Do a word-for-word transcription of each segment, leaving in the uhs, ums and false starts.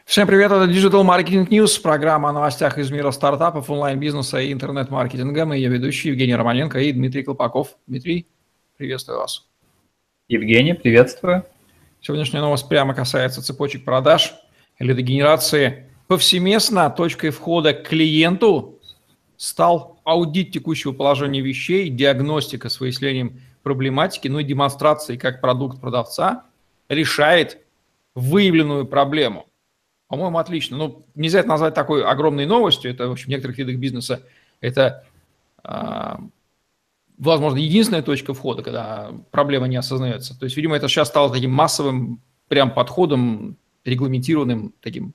Всем привет, это Digital Marketing News, программа о новостях из мира стартапов, онлайн-бизнеса и интернет-маркетинга. Мы ее ведущие Евгений Романенко и Дмитрий Колпаков. Дмитрий, приветствую вас. Евгений, приветствую. Сегодняшняя новость прямо касается цепочек продаж, лидогенерации. Повсеместно точкой входа к клиенту стал аудит текущего положения вещей, диагностика с выяснением проблематики, ну и демонстрацией, как продукт продавца решает выявленную проблему. По-моему, отлично. Ну, нельзя это назвать такой огромной новостью. Это, в общем, в некоторых видах бизнеса это, э, возможно, единственная точка входа, когда проблема не осознается. То есть, видимо, это сейчас стало таким массовым прям подходом, регламентированным, таким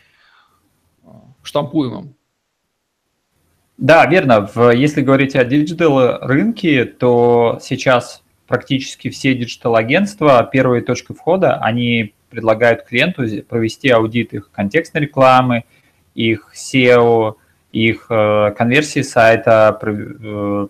э, штампуемым. Да, верно. В, если говорить о диджитал-рынке, то сейчас практически все диджитал-агентства, первые точки входа, они предлагают клиенту провести аудит их контекстной рекламы, их сео, их э, конверсии сайта, э,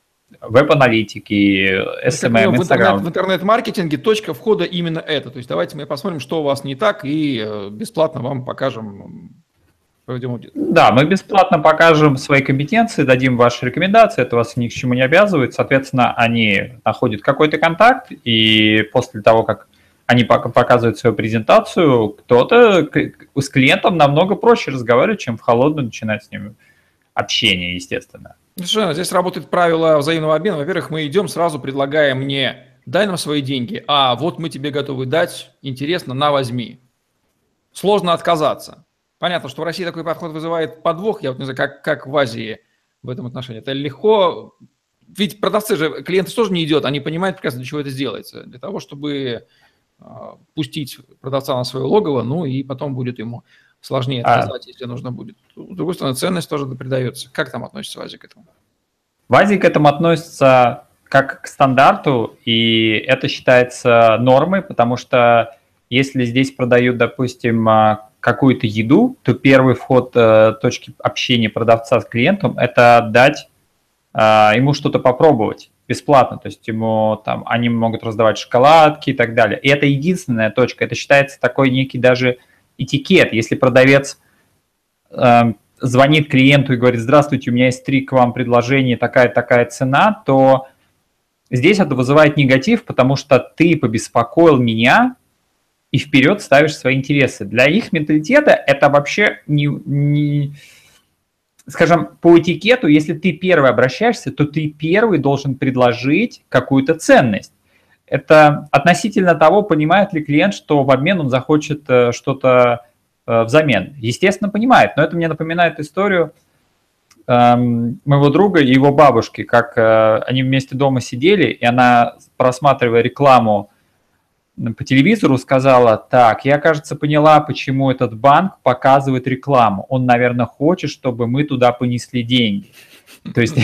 веб-аналитики, эс эм эм, в, Instagram. интернет, в интернет-маркетинге точка входа именно это. То есть давайте мы посмотрим, что у вас не так, и э, бесплатно вам покажем, проведем аудит. Да, мы бесплатно покажем свои компетенции, дадим ваши рекомендации, это вас ни к чему не обязывает. Соответственно, они находят какой-то контакт, и после того, как они показывают свою презентацию, кто-то с клиентом намного проще разговаривать, чем в холодную начинать с ним общение, естественно. Совершенно. Здесь работает правило взаимного обмена. Во-первых, мы идем сразу, предлагая мне, дай нам свои деньги, а вот мы тебе готовы дать, интересно, на, возьми. Сложно отказаться. Понятно, что в России такой подход вызывает подвох, я вот не знаю, как, как в Азии в этом отношении. Это легко, ведь продавцы же, клиенты тоже не идет, они понимают прекрасно, для чего это сделается. Для того, чтобы пустить продавца на свое логово, ну и потом будет ему сложнее отказать, а, если нужно будет. С другой стороны, ценность тоже придается. Как там относится в Азии к этому? В Азии к этому относится как к стандарту, и это считается нормой, потому что если здесь продают, допустим, какую-то еду, то первый вход точки общения продавца с клиентом – это дать ему что-то попробовать бесплатно, то есть ему там они могут раздавать шоколадки и так далее. И это единственная точка, это считается такой некий даже этикет. Если продавец э, звонит клиенту и говорит: здравствуйте, у меня есть три к вам предложения, такая-такая цена, то здесь это вызывает негатив, потому что ты побеспокоил меня и вперед ставишь свои интересы. Для их менталитета это вообще не... не скажем, по этикету, если ты первый обращаешься, то ты первый должен предложить какую-то ценность. Это относительно того, понимает ли клиент, что в обмен он захочет что-то взамен. Естественно, понимает, но это мне напоминает историю моего друга и его бабушки, как они вместе дома сидели, и она, просматривая рекламу по телевизору, сказала: так, я, кажется, поняла, почему этот банк показывает рекламу. Он, наверное, хочет, чтобы мы туда понесли деньги. То есть,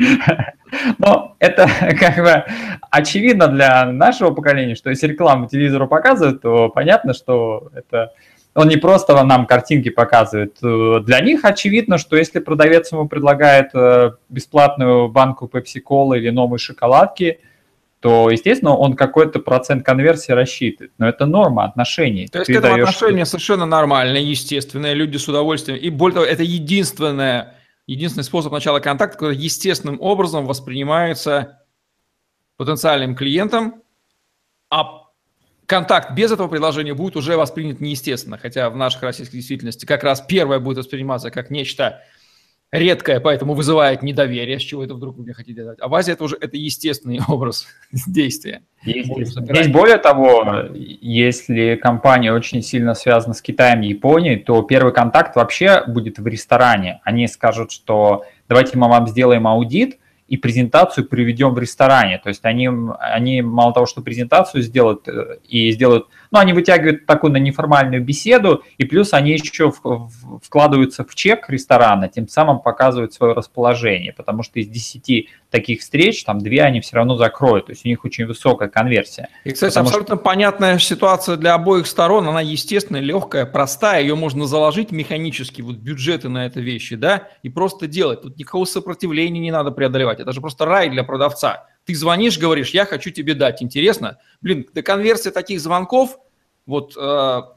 ну, это как бы очевидно для нашего поколения, что если рекламу по телевизору показывают, то понятно, что это он не просто нам картинки показывает. Для них очевидно, что если продавец ему предлагает бесплатную банку пепси-колы или новые шоколадки, то, естественно, он какой-то процент конверсии рассчитывает. Но это норма отношений. То есть к этому отношение совершенно нормальное, естественное, люди с удовольствием. И более того, это единственное, единственный способ начала контакта, который естественным образом воспринимается потенциальным клиентом, а контакт без этого предложения будет уже воспринят неестественно. Хотя в наших российской действительности как раз первое будет восприниматься как нечто редкое, поэтому вызывает недоверие, с чего это вдруг вы мне хотите дать. А в Азии это уже это естественный образ действия. Здесь более того, если компания очень сильно связана с Китаем и Японией, то первый контакт вообще будет в ресторане. Они скажут, что давайте мы вам сделаем аудит и презентацию приведем в ресторане. То есть они, они мало того, что презентацию сделают и сделают, ну, они вытягивают такую на неформальную беседу, и плюс они еще в, в, вкладываются в чек ресторана, тем самым показывают свое расположение, потому что из десяти таких встреч, там две они все равно закроют, то есть у них очень высокая конверсия. И, кстати, абсолютно что... понятная ситуация для обоих сторон, она естественная, легкая, простая, ее можно заложить механически, вот бюджеты на это вещи, да, и просто делать, тут никакого сопротивления не надо преодолевать, это же просто рай для продавца. Ты звонишь, говоришь: я хочу тебе дать, интересно? Блин, до конверсии таких звонков, вот э,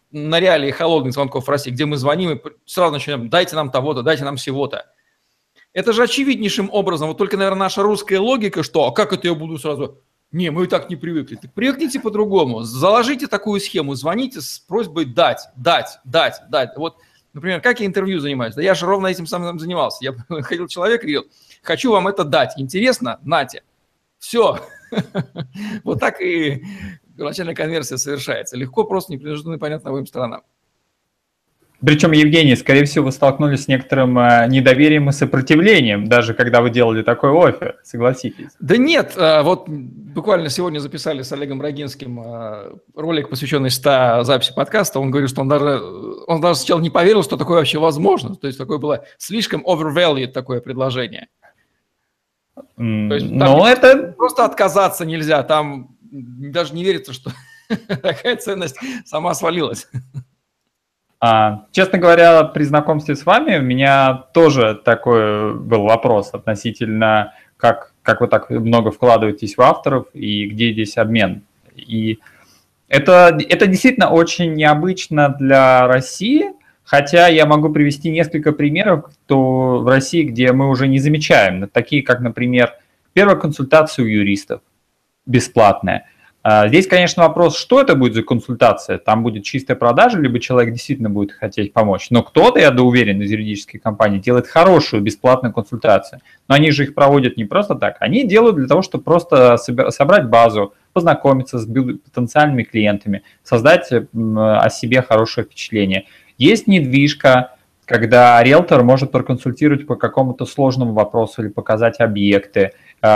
на реалии холодных звонков в России, где мы звоним и сразу начинаем, дайте нам того-то, дайте нам всего-то. Это же очевиднейшим образом, вот только, наверное, наша русская логика, что, а как это я буду сразу... Не, мы и так не привыкли. Так привыкните по-другому. Заложите такую схему, звоните с просьбой дать, дать, дать, дать. Вот, например, как я интервью занимаюсь? Да я же ровно этим самым занимался. Я ходил человек и говорил, хочу вам это дать. Интересно? Нате. Все. Вот так и первоначальная конверсия совершается. Легко, просто, непринужденно, понятно обоим сторонам. Причем, Евгений, скорее всего, вы столкнулись с некоторым недоверием и сопротивлением, даже когда вы делали такой оффер, согласитесь. Да нет, вот буквально сегодня записали с Олегом Рогинским ролик, посвященный ста записи подкаста. Он говорит, что он даже, он даже сначала не поверил, что такое вообще возможно. То есть такое было слишком overvalued такое предложение. Mm, То есть, но это... Просто отказаться нельзя, там даже не верится, что такая ценность сама свалилась. А, честно говоря, при знакомстве с вами у меня тоже такой был вопрос относительно, как, как вы так много вкладываетесь в авторов и где здесь обмен. И это, это действительно очень необычно для России, хотя я могу привести несколько примеров то в России, где мы уже не замечаем, такие как, например, первая консультация у юристов, бесплатная. Здесь, конечно, вопрос, что это будет за консультация. Там будет чистая продажа, либо человек действительно будет хотеть помочь. Но кто-то, я да уверен, из юридической компании делает хорошую бесплатную консультацию. Но они же их проводят не просто так. Они делают для того, чтобы просто собрать базу, познакомиться с потенциальными клиентами, создать о себе хорошее впечатление. Есть недвижка, когда риэлтор может проконсультировать по какому-то сложному вопросу или показать объекты.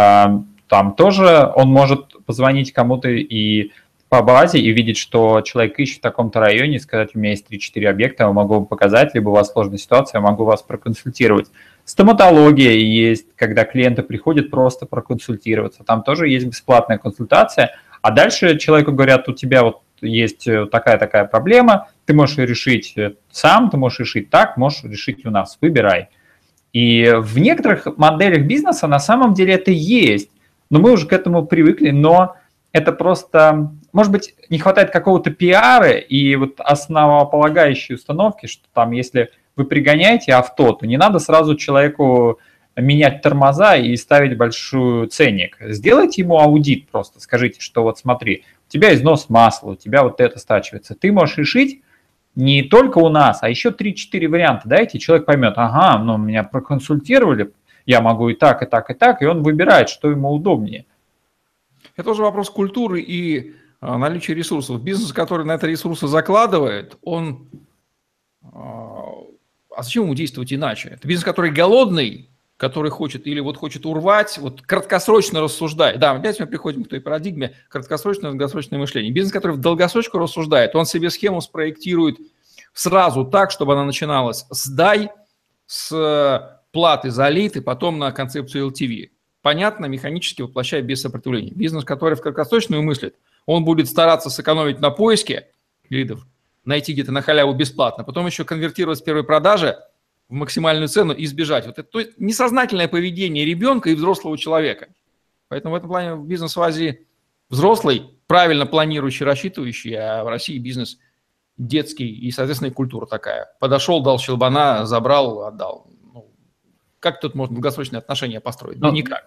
Там тоже он может позвонить кому-то и по базе и видеть, что человек ищет в таком-то районе, и сказать, у меня есть три-четыре объекта, я могу вам показать, либо у вас сложная ситуация, я могу вас проконсультировать. Стоматология есть, когда клиенты приходят просто проконсультироваться, там тоже есть бесплатная консультация, а дальше человеку говорят, у тебя вот есть такая-такая проблема, ты можешь ее решить сам, ты можешь решить так, можешь решить у нас, выбирай. И в некоторых моделях бизнеса на самом деле это есть. Но мы уже к этому привыкли, но это просто, может быть, не хватает какого-то пиара и вот основополагающей установки, что там, если вы пригоняете авто, то не надо сразу человеку менять тормоза и ставить большой ценник. Сделайте ему аудит просто, скажите, что вот смотри, у тебя износ масла, у тебя вот это стачивается. Ты можешь решить не только у нас, а еще три-четыре варианта. Дайте, человек поймет, ага, ну меня проконсультировали, я могу и так, и так, и так, и он выбирает, что ему удобнее. Это тоже вопрос культуры и а, наличия ресурсов. Бизнес, который на это ресурсы закладывает, он... А, а зачем ему действовать иначе? Это бизнес, который голодный, который хочет или вот хочет урвать, вот краткосрочно рассуждает. Да, опять мы приходим к той парадигме краткосрочное, долгосрочное мышление. Бизнес, который в долгосрочку рассуждает, он себе схему спроектирует сразу так, чтобы она начиналась с дай, с платы за лид и потом на концепцию эл ти ви. Понятно, механически воплощая без сопротивления. Бизнес, который в краткосрочную мыслит, он будет стараться сэкономить на поиске лидов, найти где-то на халяву бесплатно, потом еще конвертировать с первой продажи в максимальную цену и избежать. Вот это то есть несознательное поведение ребенка и взрослого человека. Поэтому в этом плане бизнес в Азии взрослый, правильно планирующий, рассчитывающий, а в России бизнес детский и, соответственно, и культура такая. Подошел, дал щелбана, забрал, отдал. Как тут можно долгосрочные отношения построить? Ну, да никак.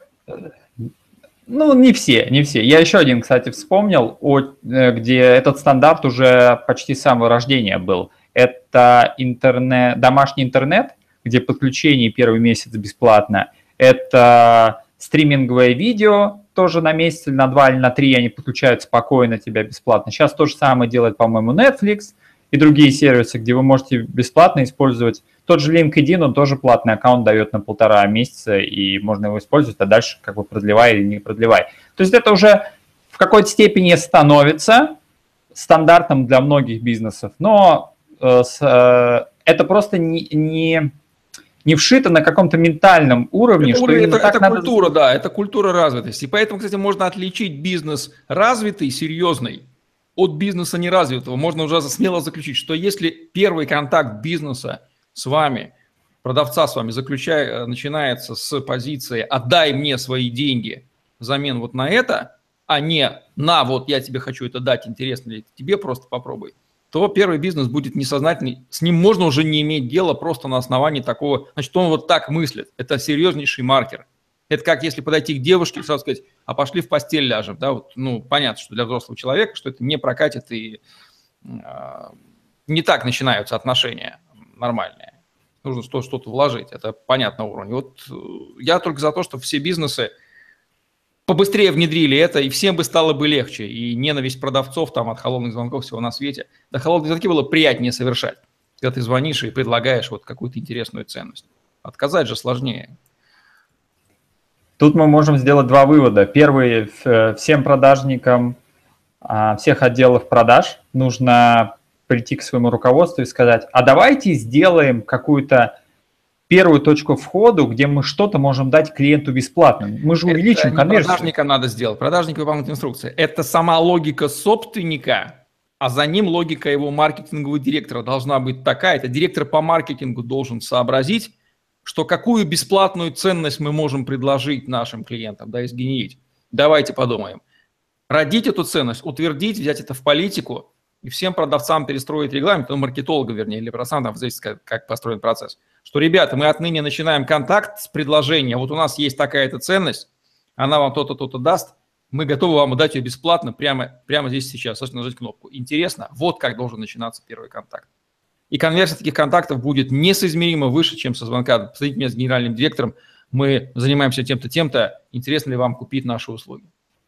Ну, не все, не все. Я еще один, кстати, вспомнил, где этот стандарт уже почти с самого рождения был. Это интернет, домашний интернет, где подключение первый месяц бесплатно. Это стриминговое видео, тоже на месяц или на два или на три они подключают спокойно тебя бесплатно. Сейчас то же самое делает, по-моему, Netflix и другие сервисы, где вы можете бесплатно использовать. Тот же LinkedIn, он тоже платный аккаунт дает на полтора месяца, и можно его использовать, а дальше как бы продлевай или не продлевай. То есть это уже в какой-то степени становится стандартом для многих бизнесов, но э, с, э, это просто не, не, не вшито на каком-то ментальном уровне. Это, что это, так это надо... культура, да, это культура развитости. И поэтому, кстати, можно отличить бизнес развитый, серьезный, от бизнеса неразвитого. Можно уже смело заключить, что если первый контакт бизнеса с вами, продавца с вами заключая, начинается с позиции «отдай мне свои деньги взамен вот на это», а не «на, вот я тебе хочу это дать, интересно ли это тебе, просто попробуй», то первый бизнес будет несознательный. С ним можно уже не иметь дела просто на основании такого. Значит, он вот так мыслит. Это серьезнейший маркер. Это как если подойти к девушке и сразу сказать, а пошли в постель ляжем. Да, вот, ну, понятно, что для взрослого человека, что это не прокатит и э, не так начинаются отношения нормальные. Нужно что-то вложить. Это понятно уровень. Вот э, я только за то, что все бизнесы побыстрее внедрили это, и всем бы стало бы легче. И ненависть продавцов там от холодных звонков всего на свете. Да, холодные звонки было приятнее совершать, когда ты звонишь и предлагаешь вот какую-то интересную ценность. Отказать же сложнее. Тут мы можем сделать два вывода. Первый, всем продажникам всех отделов продаж нужно прийти к своему руководству и сказать, а давайте сделаем какую-то первую точку входа, где мы что-то можем дать клиенту бесплатно. Мы же увеличим конверсию. Продажникам надо сделать. Продажник выполняет инструкции. Это сама логика собственника, а за ним логика его маркетингового директора должна быть такая. Это директор по маркетингу должен сообразить, что какую бесплатную ценность мы можем предложить нашим клиентам, да, и сгенерить. Давайте подумаем. Родить эту ценность, утвердить, взять это в политику и всем продавцам перестроить регламент, ну, маркетолога, вернее, или продавцам, там, зависит, как, как построен процесс, что, ребята, мы отныне начинаем контакт с предложением, вот у нас есть такая-то ценность, она вам то-то, то-то даст, мы готовы вам дать ее бесплатно прямо, прямо здесь сейчас, просто нажать кнопку. Интересно? Вот как должен начинаться первый контакт. И конверсия таких контактов будет несоизмеримо выше, чем со звонка. Посмотрите меня с генеральным директором, мы занимаемся тем-то, тем-то, интересно ли вам купить наши услуги.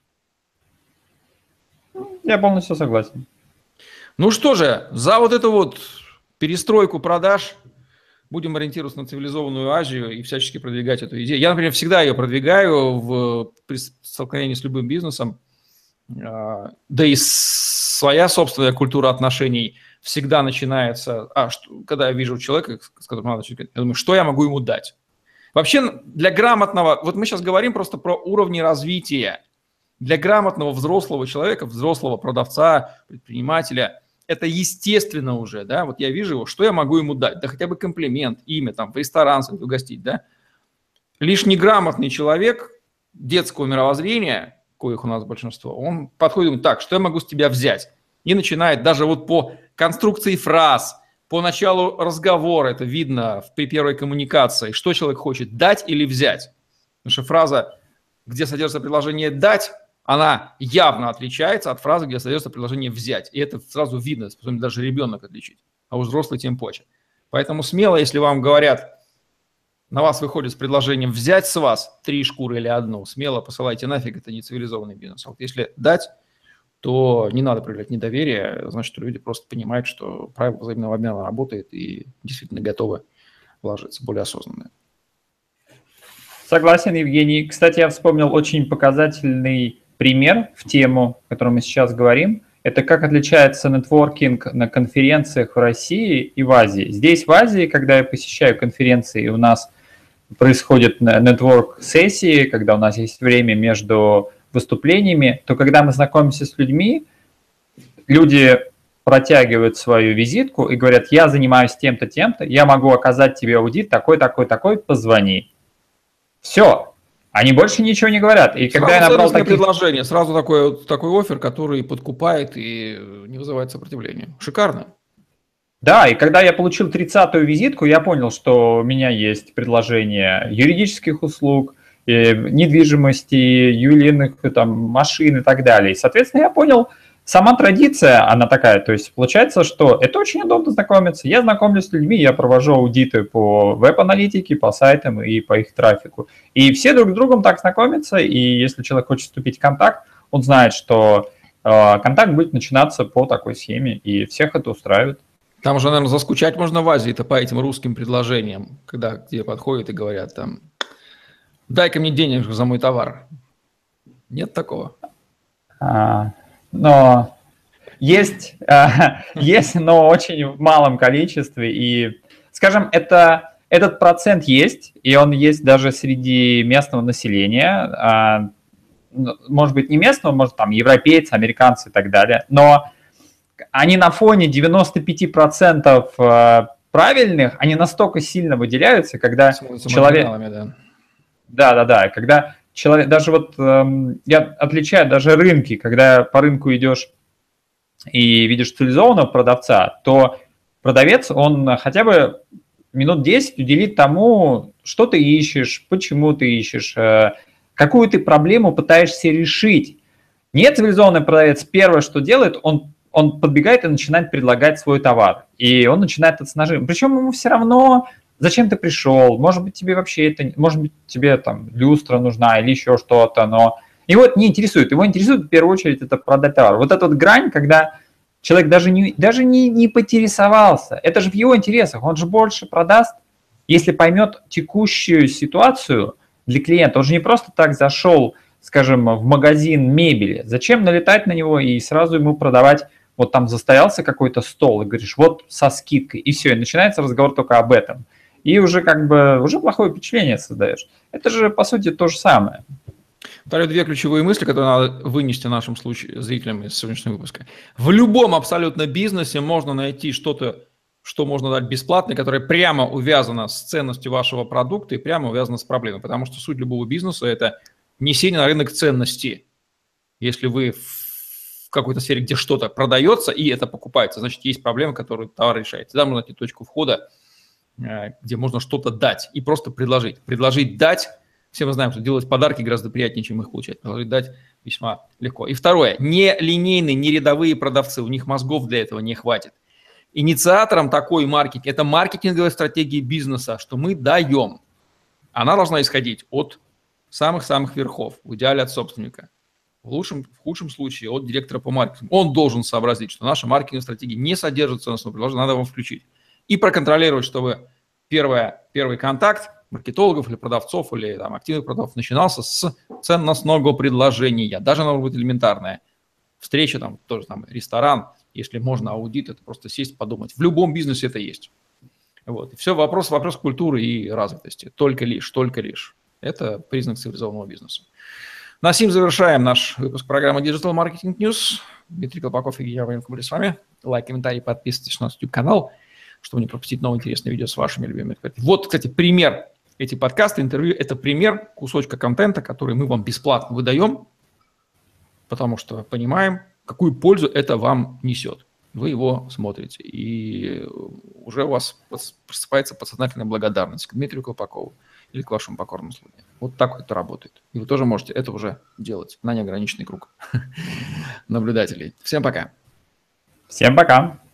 Я полностью согласен. Ну что же, за вот эту вот перестройку продаж будем ориентироваться на цивилизованную Азию и всячески продвигать эту идею. Я, например, всегда ее продвигаю в, при столкновении с любым бизнесом, да и своя собственная культура отношений всегда начинается, а, что, когда я вижу человека, с которым надо начать, я думаю, что я могу ему дать. Вообще для грамотного, вот мы сейчас говорим просто про уровни развития, для грамотного взрослого человека, взрослого продавца, предпринимателя, это естественно уже, да, вот я вижу его, что я могу ему дать, да хотя бы комплимент, имя, там, в ресторан угостить, да. Лишь неграмотный человек детского мировоззрения, коих у нас большинство, он подходит и говорит, так, что я могу с тебя взять? И начинает даже вот по конструкции фраз, по началу разговора, это видно при первой коммуникации, что человек хочет, дать или взять. Потому что фраза, где содержится предложение «дать», она явно отличается от фразы, где содержится предложение «взять». И это сразу видно, способен даже ребенок отличить, а уж взрослый тем позже. Поэтому смело, если вам говорят, на вас выходит с предложением «взять с вас три шкуры или одну», смело посылайте нафиг, это не цивилизованный бизнес. А вот если «дать», то не надо проявлять недоверие, значит, люди просто понимают, что правило взаимного обмена работает и действительно готовы вложиться более осознанно. Согласен, Евгений. Кстати, я вспомнил очень показательный пример в тему, о которой мы сейчас говорим. Это как отличается нетворкинг на конференциях в России и в Азии. Здесь, в Азии, когда я посещаю конференции, у нас происходят нетворк-сессии, когда у нас есть время между выступлениями, то когда мы знакомимся с людьми, люди протягивают свою визитку и говорят, я занимаюсь тем-то, тем-то, я могу оказать тебе аудит такой, такой, такой, позвони. Все. Они больше ничего не говорят. И когда сразу я набрал таких... предложение, сразу такой, такой оффер, который подкупает и не вызывает сопротивления. Шикарно. Да, и когда я получил тридцатую визитку, я понял, что у меня есть предложение юридических услуг, недвижимости, ювелирных там, машин и так далее. И, соответственно, я понял, сама традиция, она такая, то есть получается, что это очень удобно знакомиться. Я знакомлюсь с людьми, я провожу аудиты по веб-аналитике, по сайтам и по их трафику. И все друг с другом так знакомятся, и если человек хочет вступить в контакт, он знает, что э, контакт будет начинаться по такой схеме, и всех это устраивает. Там уже, наверное, заскучать можно в Азии-то по этим русским предложениям, когда к тебе подходят и говорят там, дай-ка мне денег за мой товар. Нет такого? А, но есть, а, есть, но очень в малом количестве. И, скажем, это, этот процент есть, и он есть даже среди местного населения. А, может быть, не местного, может, там, европейцы, американцы и так далее. Но они на фоне девяноста пяти процентов правильных, они настолько сильно выделяются, когда человек... Да. Да, да, да. Когда человек, даже вот эм, я отличаю даже рынки, когда по рынку идешь и видишь цивилизованного продавца, то продавец, он хотя бы минут десять уделит тому, что ты ищешь, почему ты ищешь, какую ты проблему пытаешься решить. Не цивилизованный продавец первое, что делает, он, он подбегает и начинает предлагать свой товар. И он начинает это с нажимом. Причем ему все равно, зачем ты пришел, может быть, тебе вообще это, может быть, тебе там люстра нужна или еще что-то, но его это не интересует. Его интересует в первую очередь это продать товар. Вот эта вот грань, когда человек даже не, даже не, не поинтересовался, это же в его интересах, он же больше продаст, если поймет текущую ситуацию для клиента. Он же не просто так зашел, скажем, в магазин мебели. Зачем налетать на него и сразу ему продавать, вот там застоялся какой-то стол, и говоришь, вот со скидкой, и все, и начинается разговор только об этом. И уже как бы, уже плохое впечатление создаешь. Это же, по сути, то же самое. Вторые две ключевые мысли, которые надо вынести нашим случае, зрителям из сегодняшнего выпуска. В любом абсолютно бизнесе можно найти что-то, что можно дать бесплатно, которое прямо увязано с ценностью вашего продукта и прямо увязано с проблемой. Потому что суть любого бизнеса – это несение на рынок ценности. Если вы в какой-то сфере, где что-то продается и это покупается, значит, есть проблема, которую товар решает. Тогда можно найти точку входа, где можно что-то дать и просто предложить. Предложить дать. Все мы знаем, что делать подарки гораздо приятнее, чем их получать. Предложить дать весьма легко. И второе. Не линейные, не рядовые продавцы. У них мозгов для этого не хватит. Инициатором такой маркетинг – это маркетинговая стратегия бизнеса, что мы даем. Она должна исходить от самых-самых верхов, в идеале от собственника. В лучшем, в худшем случае от директора по маркетингу. Он должен сообразить, что наша маркетинговая стратегия не содержит ценностного предложения, надо его включить. И проконтролировать, чтобы первое, первый контакт маркетологов или продавцов, или там, активных продавцов начинался с ценностного предложения. Даже оно может быть элементарное. Встреча, там, тоже там, ресторан, если можно аудит, это просто сесть, подумать. В любом бизнесе это есть. Вот. И все, вопрос, вопрос культуры и развитости. Только лишь, только лишь. Это признак цивилизованного бизнеса. На сим завершаем наш выпуск программы Digital Marketing News. Дмитрий Колпаков и Илья Военков были с вами. Лайк, комментарий, подписывайтесь на наш YouTube-канал, чтобы не пропустить новые интересные видео с вашими любимыми экспертами. Вот, кстати, пример. Эти подкасты, интервью – это пример кусочка контента, который мы вам бесплатно выдаем, потому что понимаем, какую пользу это вам несет. Вы его смотрите, и уже у вас просыпается подсознательная благодарность к Дмитрию Колпакову или к вашему покорному слуге. Вот так это работает. И вы тоже можете это уже делать на неограниченный круг наблюдателей. Всем пока. Всем пока.